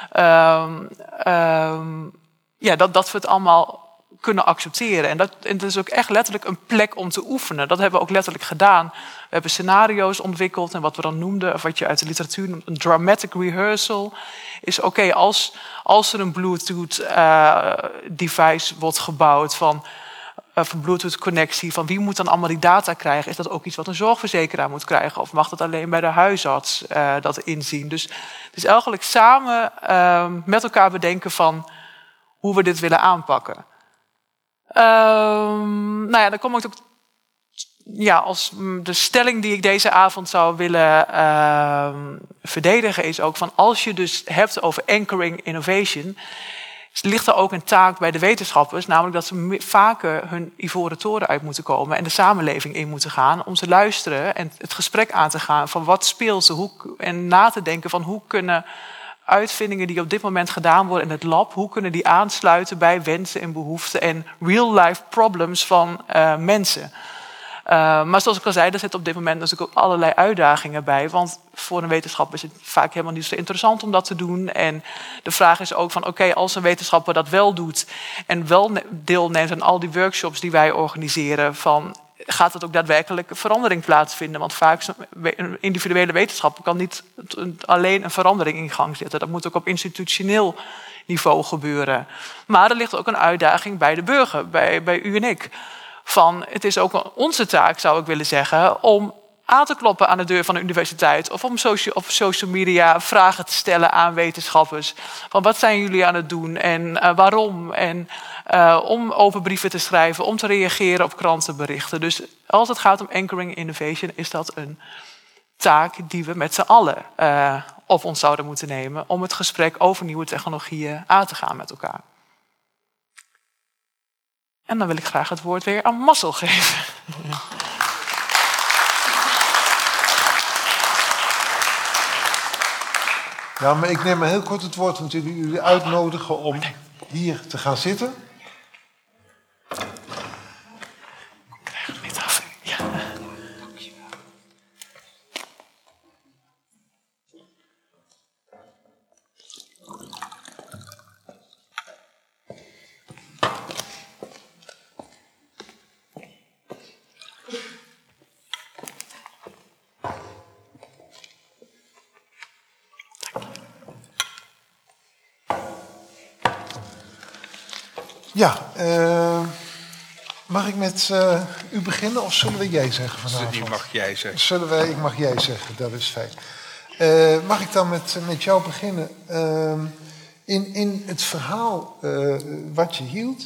dat we het allemaal kunnen accepteren. En dat is ook echt letterlijk een plek om te oefenen. Dat hebben we ook letterlijk gedaan. We hebben scenario's ontwikkeld en wat we dan noemden, of wat je uit de literatuur noemt, een dramatic rehearsal, is als er een Bluetooth device wordt gebouwd van van Bluetooth-connectie, van wie moet dan allemaal die data krijgen? Is dat ook iets wat een zorgverzekeraar moet krijgen? Of mag dat alleen bij de huisarts dat inzien? Dus het is eigenlijk samen met elkaar bedenken van hoe we dit willen aanpakken. Dan kom ik ook... Ja, als de stelling die ik deze avond zou willen verdedigen is ook van als je dus hebt over anchoring innovation, ligt er ook een taak bij de wetenschappers, namelijk dat ze vaker hun ivoren toren uit moeten komen en de samenleving in moeten gaan om te luisteren en het gesprek aan te gaan van wat speelt er en na te denken van hoe kunnen uitvindingen die op dit moment gedaan worden in het lab, hoe kunnen die aansluiten bij wensen en behoeften en real-life problems van mensen. Maar zoals ik al zei, er zitten op dit moment natuurlijk ook allerlei uitdagingen bij. Want voor een wetenschapper is het vaak helemaal niet zo interessant om dat te doen. En de vraag is ook van, oké, als een wetenschapper dat wel doet en wel deelneemt aan al die workshops die wij organiseren, van, gaat het ook daadwerkelijk verandering plaatsvinden? Want vaak een individuele wetenschapper kan niet alleen een verandering in gang zetten. Dat moet ook op institutioneel niveau gebeuren. Maar er ligt ook een uitdaging bij de burger, bij u en ik. Van, het is ook onze taak, zou ik willen zeggen, om aan te kloppen aan de deur van de universiteit of om op social media vragen te stellen aan wetenschappers. Van wat zijn jullie aan het doen en waarom? En om open brieven te schrijven, om te reageren op krantenberichten. Dus als het gaat om anchoring innovation, is dat een taak die we met z'n allen op ons zouden moeten nemen om het gesprek over nieuwe technologieën aan te gaan met elkaar. En dan wil ik graag het woord weer aan Marcel geven. Ja, maar ik neem maar heel kort het woord, want ik wil jullie uitnodigen om hier te gaan zitten. Ja, mag ik met u beginnen of zullen we jij zeggen vanavond? Die mag jij zeggen. Ik mag jij zeggen, dat is fijn. Mag ik dan met jou beginnen? In het verhaal wat je hield,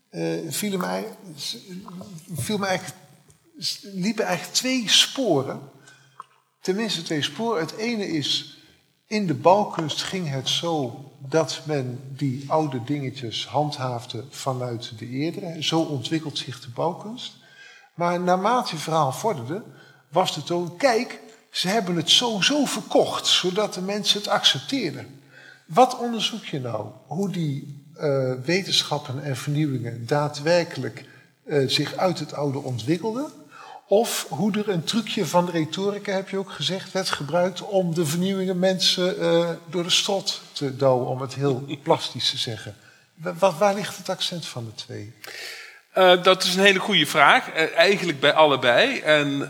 liepen eigenlijk twee sporen. Tenminste twee sporen. Het ene is, in de bouwkunst ging het zo dat men die oude dingetjes handhaafde vanuit de eerdere. Zo ontwikkelt zich de bouwkunst. Maar naarmate het verhaal vorderde, was de toon, kijk, ze hebben het zo verkocht, zodat de mensen het accepteerden. Wat onderzoek je nou? Hoe die wetenschappen en vernieuwingen daadwerkelijk zich uit het oude ontwikkelden? Of hoe er een trucje van de retorica, heb je ook gezegd, werd gebruikt om de vernieuwingen mensen door de strot te douwen, om het heel plastisch te zeggen. Waar ligt het accent van de twee? Dat is een hele goede vraag. Eigenlijk bij allebei. En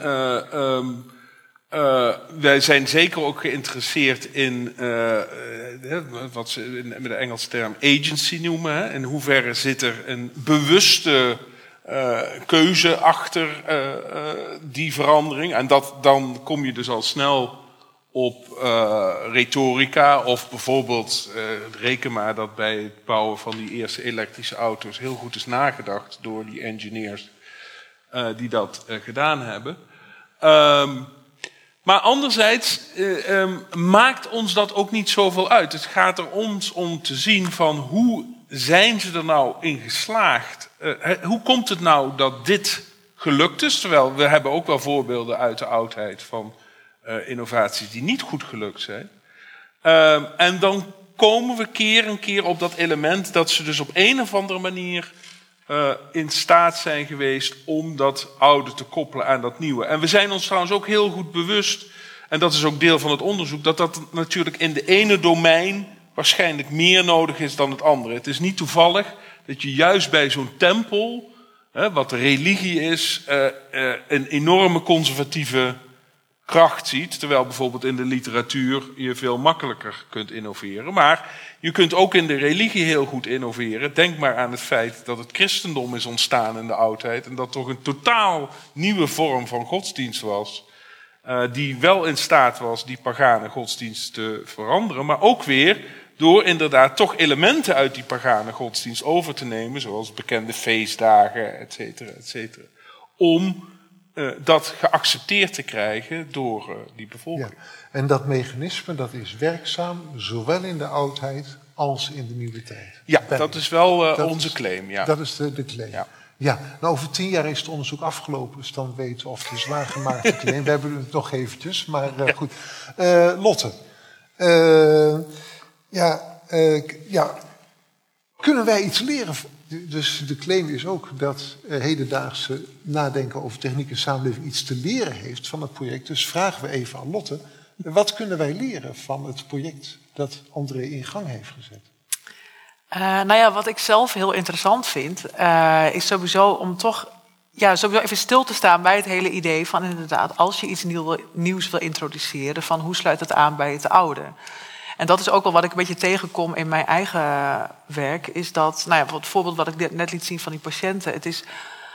wij zijn zeker ook geïnteresseerd in wat ze met de Engelse term agency noemen. Hè. In hoeverre zit er een bewuste keuze achter die verandering. En dan kom je dus al snel op retorica. Of bijvoorbeeld, reken maar dat bij het bouwen van die eerste elektrische auto's heel goed is nagedacht door die engineers die dat gedaan hebben. Maar anderzijds maakt ons dat ook niet zoveel uit. Het gaat er ons om te zien van hoe zijn ze er nou in geslaagd? Hoe komt het nou dat dit gelukt is? Terwijl we hebben ook wel voorbeelden uit de oudheid van innovaties die niet goed gelukt zijn. En dan komen we keer en keer op dat element dat ze dus op een of andere manier in staat zijn geweest om dat oude te koppelen aan dat nieuwe. En we zijn ons trouwens ook heel goed bewust, en dat is ook deel van het onderzoek, dat dat natuurlijk in de ene domein waarschijnlijk meer nodig is dan het andere. Het is niet toevallig dat je juist bij zo'n tempel, wat de religie is, een enorme conservatieve kracht ziet. Terwijl bijvoorbeeld in de literatuur je veel makkelijker kunt innoveren. Maar je kunt ook in de religie heel goed innoveren. Denk maar aan het feit dat het christendom is ontstaan in de oudheid. En dat toch een totaal nieuwe vorm van godsdienst was. Die wel in staat was die pagane godsdienst te veranderen. Maar ook weer door inderdaad toch elementen uit die pagane godsdienst over te nemen. Zoals bekende feestdagen, et cetera, et cetera. Om dat geaccepteerd te krijgen door die bevolking. Ja. En dat mechanisme dat is werkzaam, zowel in de oudheid als in de nieuwe tijd. Ja, dat is wel onze claim. Ja. Dat is de claim. Ja. Ja, nou over 10 jaar is het onderzoek afgelopen, dus dan weten we of het een zwaar gemaakte claim. We hebben het nog eventjes, maar goed. Lotte, kunnen wij iets leren? Dus de claim is ook dat hedendaagse nadenken over techniek en samenleving iets te leren heeft van het project. Dus vragen we even aan Lotte, wat kunnen wij leren van het project dat André in gang heeft gezet? Wat ik zelf heel interessant vind, is sowieso om toch sowieso even stil te staan bij het hele idee van inderdaad, als je iets nieuws wil introduceren, van hoe sluit het aan bij het oude? En dat is ook wel wat ik een beetje tegenkom in mijn eigen werk, is dat, het voorbeeld wat ik net liet zien van die patiënten, het is,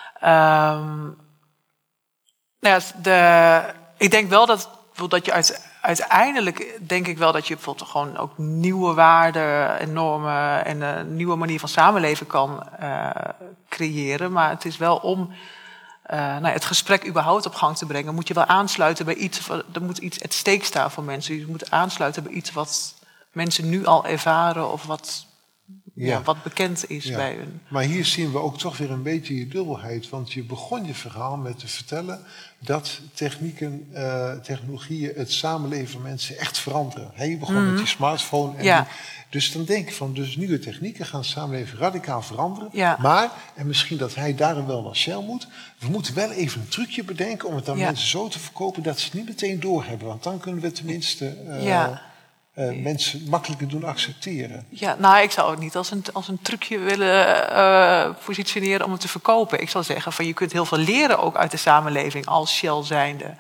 ik denk wel dat je uiteindelijk denk ik wel dat je bijvoorbeeld gewoon ook nieuwe waarden en normen en een nieuwe manier van samenleven kan creëren. Maar het is wel om het gesprek überhaupt op gang te brengen, moet je wel aansluiten bij iets, er moet iets at stake staan voor mensen. Je moet aansluiten bij iets wat mensen nu al ervaren of wat bekend is bij hun. Maar hier zien we ook toch weer een beetje je dubbelheid. Want je begon je verhaal met te vertellen dat technologieën het samenleven van mensen echt veranderen. Je begon met je smartphone. En dus dan denk ik van, dus nieuwe technieken gaan het samenleven radicaal veranderen. Ja. Maar, en misschien dat hij daarom wel naar Shell moet, we moeten wel even een trucje bedenken om het aan mensen zo te verkopen dat ze het niet meteen doorhebben. Want dan kunnen we tenminste mensen makkelijker doen accepteren. Ja, ik zou het niet als een trucje willen positioneren om het te verkopen. Ik zou zeggen, van je kunt heel veel leren ook uit de samenleving als Shell zijnde.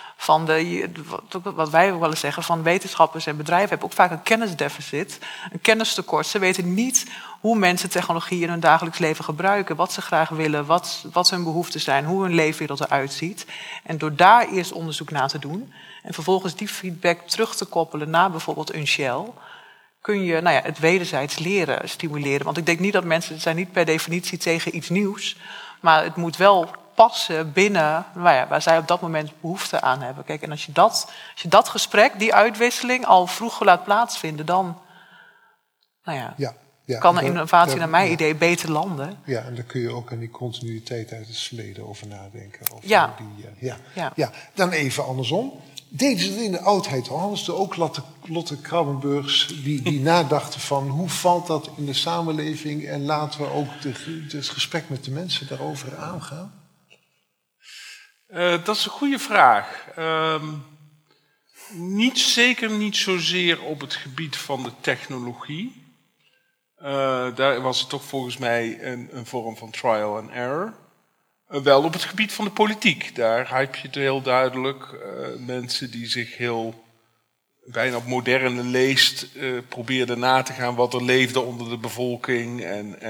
Wat wij wel eens zeggen, van wetenschappers en bedrijven hebben ook vaak een kennisdeficit, een kennistekort. Ze weten niet hoe mensen technologie in hun dagelijks leven gebruiken, wat ze graag willen, wat hun behoeften zijn, hoe hun leefwereld eruit ziet. En door daar eerst onderzoek naar te doen en vervolgens die feedback terug te koppelen naar bijvoorbeeld een Shell, kun je het wederzijds leren stimuleren. Want ik denk niet dat mensen zijn niet per definitie tegen iets nieuws, maar het moet wel passen binnen waar zij op dat moment behoefte aan hebben. Kijk, en als je dat gesprek, die uitwisseling al vroeg laat plaatsvinden, dan kan een innovatie naar mijn idee beter landen. Ja, en dan kun je ook aan die continuïteit uit het verleden over nadenken. Dan even andersom. Deden ze het in de oudheid al? Hadden ze ook Lotte Krabbenburgs die nadachten van hoe valt dat in de samenleving en laten we ook het gesprek met de mensen daarover aangaan? Dat is een goede vraag. Zeker niet zozeer op het gebied van de technologie. Daar was het toch volgens mij een vorm van trial and error. Wel op het gebied van de politiek. Daar heb je het heel duidelijk. Mensen die zich heel bijna op moderne leest probeerden na te gaan wat er leefde onder de bevolking.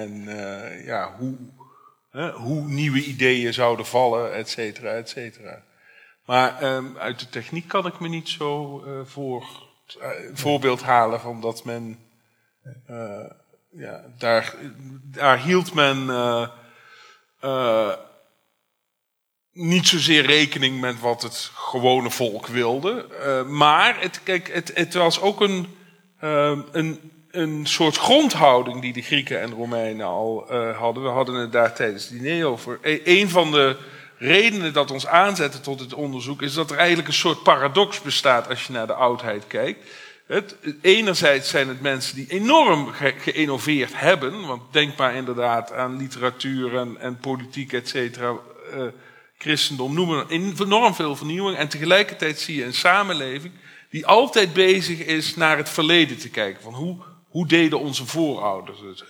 Hoe nieuwe ideeën zouden vallen, et cetera, et cetera. Maar uit de techniek kan ik me niet zo voorbeeld halen van dat men... daar hield men niet zozeer rekening met wat het gewone volk wilde. Maar het was ook een soort grondhouding die de Grieken en Romeinen al hadden. We hadden het daar tijdens het diner over. Een van de redenen dat ons aanzetten tot het onderzoek is dat er eigenlijk een soort paradox bestaat als je naar de oudheid kijkt. Enerzijds zijn het mensen die enorm geïnnoveerd hebben. Want denk maar inderdaad aan literatuur en politiek, et cetera. Christendom noemen enorm veel vernieuwing. En tegelijkertijd zie je een samenleving die altijd bezig is naar het verleden te kijken. Van hoe deden onze voorouders het?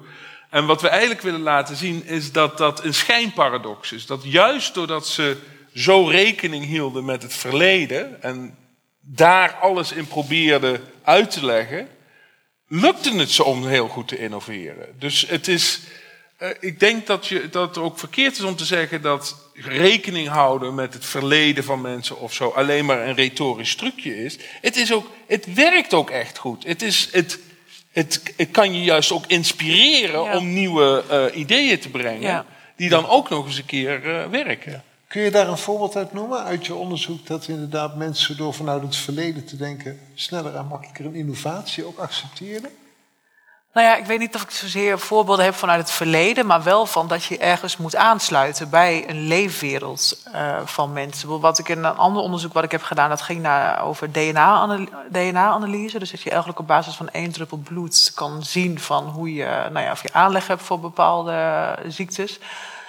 En wat we eigenlijk willen laten zien is dat dat een schijnparadox is. Dat juist doordat ze zo rekening hielden met het verleden en daar alles in probeerden uit te leggen, lukte het ze om heel goed te innoveren. Dus het is, ik denk dat het ook verkeerd is om te zeggen dat rekening houden met het verleden van mensen of zo alleen maar een retorisch trucje is. Het werkt ook echt goed. Het kan je juist ook inspireren om nieuwe ideeën te brengen, die dan ook nog eens een keer werken. Ja. Kun je daar een voorbeeld uit noemen uit je onderzoek dat inderdaad mensen door vanuit het verleden te denken sneller en makkelijker een innovatie ook accepteren? Nou ja, ik weet niet of ik zozeer voorbeelden heb vanuit het verleden, maar wel van dat je ergens moet aansluiten bij een leefwereld van mensen. Wat ik in een ander onderzoek wat ik heb gedaan, dat ging over DNA-analyse. Dus dat je eigenlijk op basis van 1 druppel bloed kan zien van hoe je, of je aanleg hebt voor bepaalde ziektes.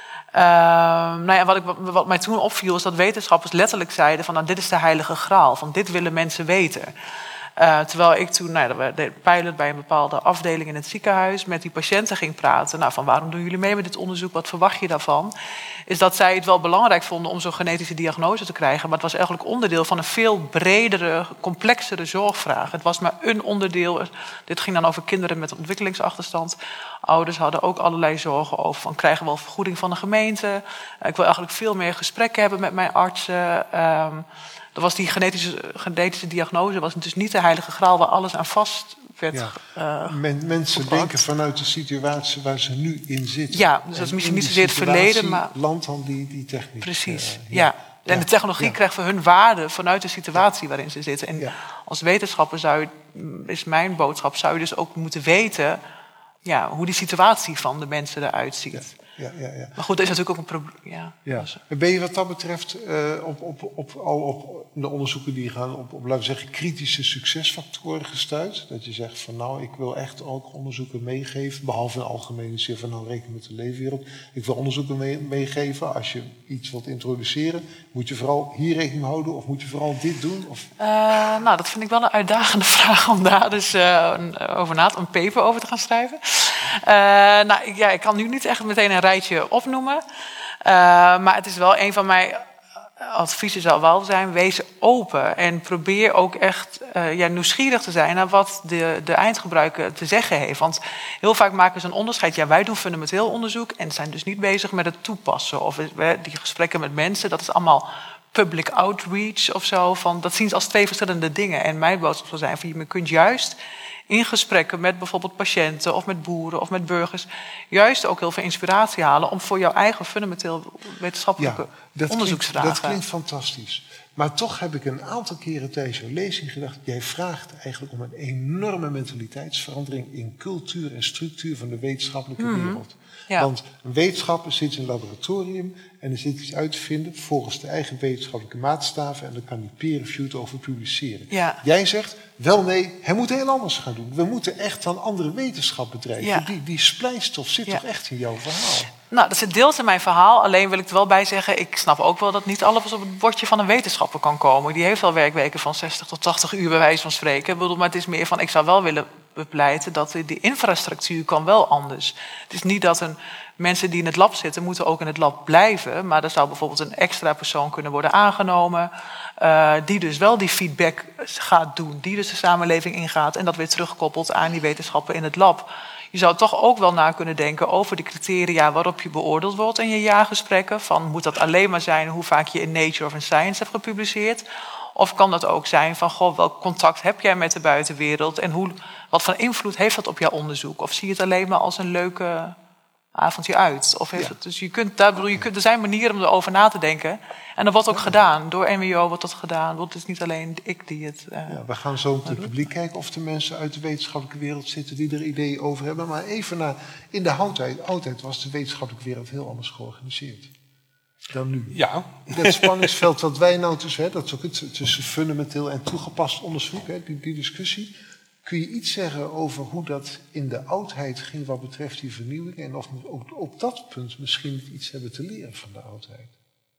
Wat mij toen opviel is dat wetenschappers letterlijk zeiden van dit is de heilige graal, van dit willen mensen weten. Terwijl ik toen de pilot bij een bepaalde afdeling in het ziekenhuis met die patiënten ging praten. Van waarom doen jullie mee met dit onderzoek? Wat verwacht je daarvan? Is dat zij het wel belangrijk vonden om zo'n genetische diagnose te krijgen. Maar het was eigenlijk onderdeel van een veel bredere, complexere zorgvraag. Het was maar een onderdeel. Dit ging dan over kinderen met ontwikkelingsachterstand. Ouders hadden ook allerlei zorgen over van krijgen we wel vergoeding van de gemeente? Ik wil eigenlijk veel meer gesprekken hebben met mijn artsen. Dat was die genetische diagnose was dus niet de heilige graal waar alles aan vast werd. Mensen denken vanuit de situatie waar ze nu in zitten. Ja, dus dat is misschien niet zozeer het verleden, maar land dan die techniek. Precies, En de technologie krijgt voor hun waarde vanuit de situatie waarin ze zitten. En als wetenschapper is mijn boodschap, zou je dus ook moeten weten hoe die situatie van de mensen eruit ziet. Ja. Maar goed, dat is natuurlijk ook een probleem. Ben je wat dat betreft op de onderzoeken die gaan op laten we zeggen, kritische succesfactoren gestuurd? Dat je zegt van ik wil echt ook onderzoeken meegeven, behalve in algemene zin van reken met de leefwereld. Ik wil onderzoeken meegeven. Als je iets wilt introduceren, moet je vooral hier rekening mee houden of moet je vooral dit doen? Of? Dat vind ik wel een uitdagende vraag om daar dus een paper over te gaan schrijven. Ik kan nu niet echt meteen een rijtje opnoemen. Maar het is wel een van mijn adviezen zal wel zijn, wees open. En probeer ook echt nieuwsgierig te zijn naar wat de eindgebruiker te zeggen heeft. Want heel vaak maken ze een onderscheid. Ja, wij doen fundamenteel onderzoek en zijn dus niet bezig met het toepassen. Of die gesprekken met mensen, dat is allemaal public outreach of zo. Dat zien ze als 2 verschillende dingen. En mijn boodschap zal zijn van je kunt juist in gesprekken met bijvoorbeeld patiënten of met boeren of met burgers juist ook heel veel inspiratie halen om voor jouw eigen fundamenteel wetenschappelijke onderzoeksvragen. Dat klinkt fantastisch. Maar toch heb ik een aantal keren tijdens jouw lezing gedacht, jij vraagt eigenlijk om een enorme mentaliteitsverandering in cultuur en structuur van de wetenschappelijke wereld. Ja. Want een wetenschapper zit in een laboratorium en er zit iets uit te vinden volgens de eigen wetenschappelijke maatstaven en dan kan hij peer-reviewed over publiceren. Ja. Jij zegt, wel nee, hij moet heel anders gaan doen. We moeten echt aan andere wetenschap bedrijven. Ja. Die splijtstof zit toch echt in jouw verhaal? Dat zit deels in mijn verhaal. Alleen wil ik er wel bij zeggen, ik snap ook wel dat niet alles op het bordje van een wetenschapper kan komen. Die heeft wel werkweken van 60 tot 80 uur bij wijze van spreken. Maar het is meer van, ik zou wel willen bepleiten dat die infrastructuur kan wel anders. Het is niet dat mensen die in het lab zitten, moeten ook in het lab blijven. Maar er zou bijvoorbeeld een extra persoon kunnen worden aangenomen, die dus wel die feedback gaat doen, die dus de samenleving ingaat en dat weer terugkoppelt aan die wetenschappen in het lab. Je zou toch ook wel na kunnen denken over de criteria waarop je beoordeeld wordt in je jaargesprekken. Moet dat alleen maar zijn hoe vaak je in Nature of in Science hebt gepubliceerd? Of kan dat ook zijn van, welk contact heb jij met de buitenwereld en wat voor invloed heeft dat op jouw onderzoek? Of zie je het alleen maar als een leuke avondje uit? Of heeft het, dus er zijn manieren om erover na te denken. En dat wordt ook gedaan. Door NWO wordt dat gedaan. Want het is niet alleen ik die het... we gaan zo met het publiek kijken of er mensen uit de wetenschappelijke wereld zitten die er ideeën over hebben. Maar even in de oudheid was de wetenschappelijke wereld heel anders georganiseerd dan nu. Ja. Dat spanningsveld wat wij dus, dat is ook het tussen fundamenteel en toegepast onderzoek, die discussie. Kun je iets zeggen over hoe dat in de oudheid ging wat betreft die vernieuwing en of we ook op dat punt misschien iets hebben te leren van de oudheid?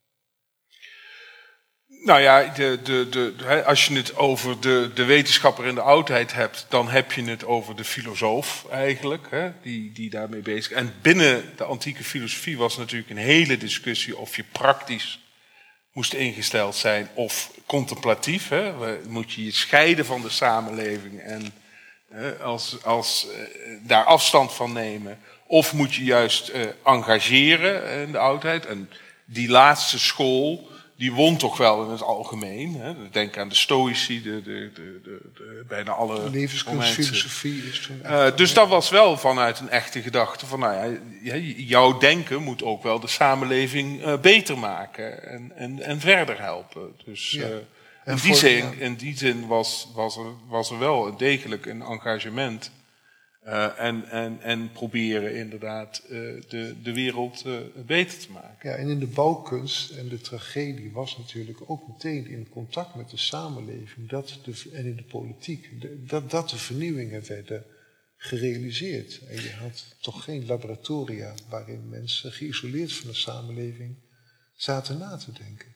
Nou ja, als je het over de wetenschapper in de oudheid hebt, dan heb je het over de filosoof eigenlijk, die daarmee bezig is. En binnen de antieke filosofie was natuurlijk een hele discussie of je praktisch moest ingesteld zijn, of contemplatief. Hè? Moet je je scheiden van de samenleving en daar afstand van nemen. Of moet je juist engageren in de oudheid. En die laatste school, die won toch wel in het algemeen. Hè? Denk aan de stoïci, bijna alle levenskunstfilosofie is toen. Dus dat was wel vanuit een echte gedachte van, jouw denken moet ook wel de samenleving beter maken en verder helpen. Dus in die zin was er wel degelijk een engagement. En proberen inderdaad de wereld beter te maken. Ja, en in de bouwkunst en de tragedie was natuurlijk ook meteen in contact met de samenleving en in de politiek, dat de vernieuwingen werden gerealiseerd. En je had toch geen laboratoria waarin mensen geïsoleerd van de samenleving zaten na te denken.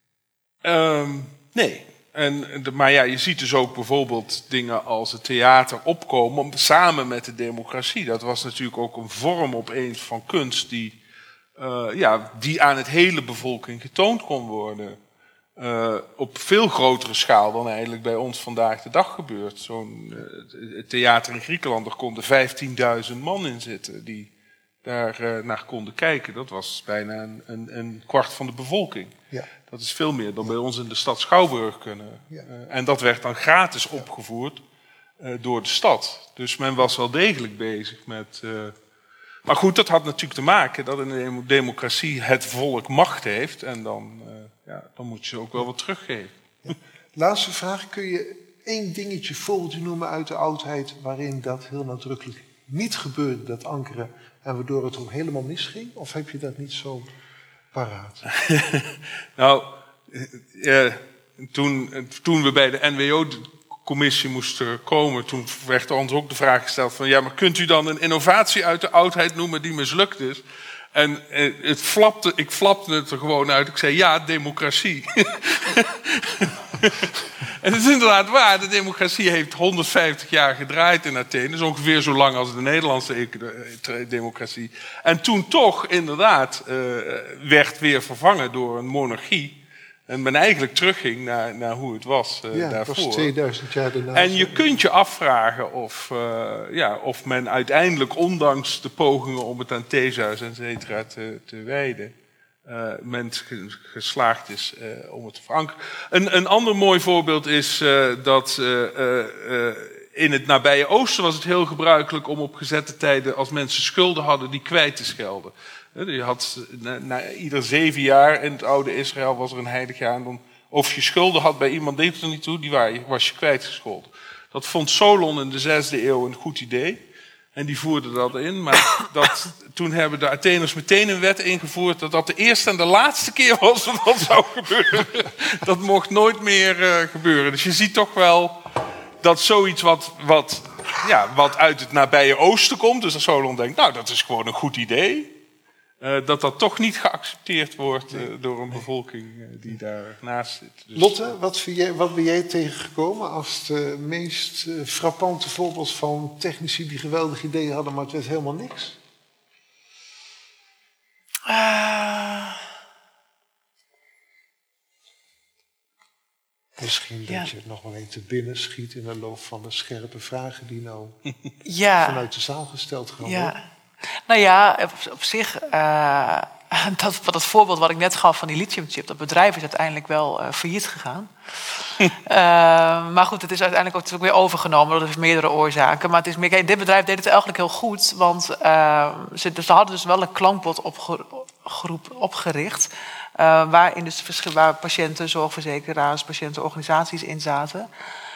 Nee. Maar ja, je ziet dus ook bijvoorbeeld dingen als het theater opkomen samen met de democratie. Dat was natuurlijk ook een vorm opeens van kunst die aan het hele bevolking getoond kon worden. Op veel grotere schaal dan eigenlijk bij ons vandaag de dag gebeurt. Zo'n theater in Griekenland, er konden 15.000 man in zitten die daar naar konden kijken. Dat was bijna een kwart van de bevolking. Ja. Dat is veel meer dan bij ons in de stad Schouwburg kunnen. Ja. En dat werd dan gratis opgevoerd door de stad. Dus men was wel degelijk bezig met... Maar goed, dat had natuurlijk te maken dat in een democratie het volk macht heeft. En dan moet je ze ook wel wat teruggeven. Ja. Laatste vraag. Kun je één dingetje voorbeeldje noemen uit de oudheid waarin dat heel nadrukkelijk niet gebeurde, dat ankeren, en waardoor het ook helemaal misging? Of heb je dat niet zo paraat? Nou, toen we bij de NWO-commissie moesten komen, toen werd ons ook de vraag gesteld van, ja, maar kunt u dan een innovatie uit de oudheid noemen die mislukt is? En ik flapte het er gewoon uit. Ik zei, ja, democratie. En het is inderdaad waar. De democratie heeft 150 jaar gedraaid in Athene. Dat is ongeveer zo lang als de Nederlandse democratie. En toen toch inderdaad werd weer vervangen door een monarchie. En men eigenlijk terugging naar hoe het was daarvoor. Dat was 2000 jaar daarna. En je kunt je afvragen of men uiteindelijk, ondanks de pogingen om het aan Theseus en cetera te wijden, men geslaagd is om het te verankeren. Een ander mooi voorbeeld is dat in het nabije Oosten was het heel gebruikelijk om op gezette tijden, als mensen schulden hadden, die kwijt te schelden. Je had na ieder 7 jaar in het oude Israël was er een heilig jaar. En dan, of je schulden had bij iemand, deed het er niet toe, was je kwijtgescholden. Dat vond Solon in de 6e eeuw een goed idee. En die voerde dat in. Maar toen hebben de Atheners meteen een wet ingevoerd dat de eerste en de laatste keer was dat dat zou gebeuren. Dat mocht nooit meer gebeuren. Dus je ziet toch wel dat zoiets wat uit het nabije Oosten komt. Dus als Solon denkt, nou, dat is gewoon een goed idee. Dat toch niet geaccepteerd wordt door een bevolking die daarnaast zit. Dus Lotte, wat ben jij tegengekomen als het meest frappante voorbeeld van technici die geweldige ideeën hadden, maar het werd helemaal niks? Misschien dat je het nog wel even te binnen schiet in de loop van de scherpe vragen die nou vanuit de zaal gesteld gaan worden. Nou ja, op zich, dat voorbeeld wat ik net gaf van die lithiumchip, dat bedrijf is uiteindelijk wel failliet gegaan. Maar goed, het is uiteindelijk ook natuurlijk weer overgenomen. Dat heeft meerdere oorzaken. Maar het is meer, dit bedrijf deed het eigenlijk heel goed. Want ze hadden dus wel een klankbordgroep opgericht. Waar patiënten, zorgverzekeraars, patiëntenorganisaties in zaten.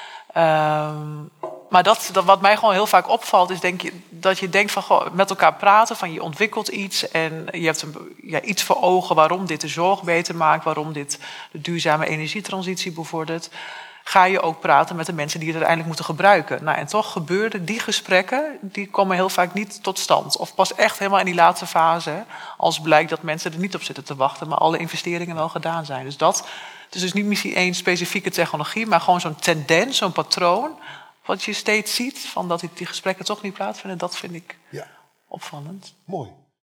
Maar wat mij gewoon heel vaak opvalt, is dat je denkt van goh, met elkaar praten, van je ontwikkelt iets en je hebt iets voor ogen waarom dit de zorg beter maakt, waarom dit de duurzame energietransitie bevordert. Ga je ook praten met de mensen die het uiteindelijk moeten gebruiken. Nou, en toch gebeuren die gesprekken, die komen heel vaak niet tot stand. Of pas echt helemaal in die laatste fase, als blijkt dat mensen er niet op zitten te wachten, maar alle investeringen wel gedaan zijn. Dus het is dus niet misschien één specifieke technologie, maar gewoon zo'n tendens, zo'n patroon, wat je steeds ziet, van dat die gesprekken toch niet plaatsvinden, dat vind ik opvallend. Mooi.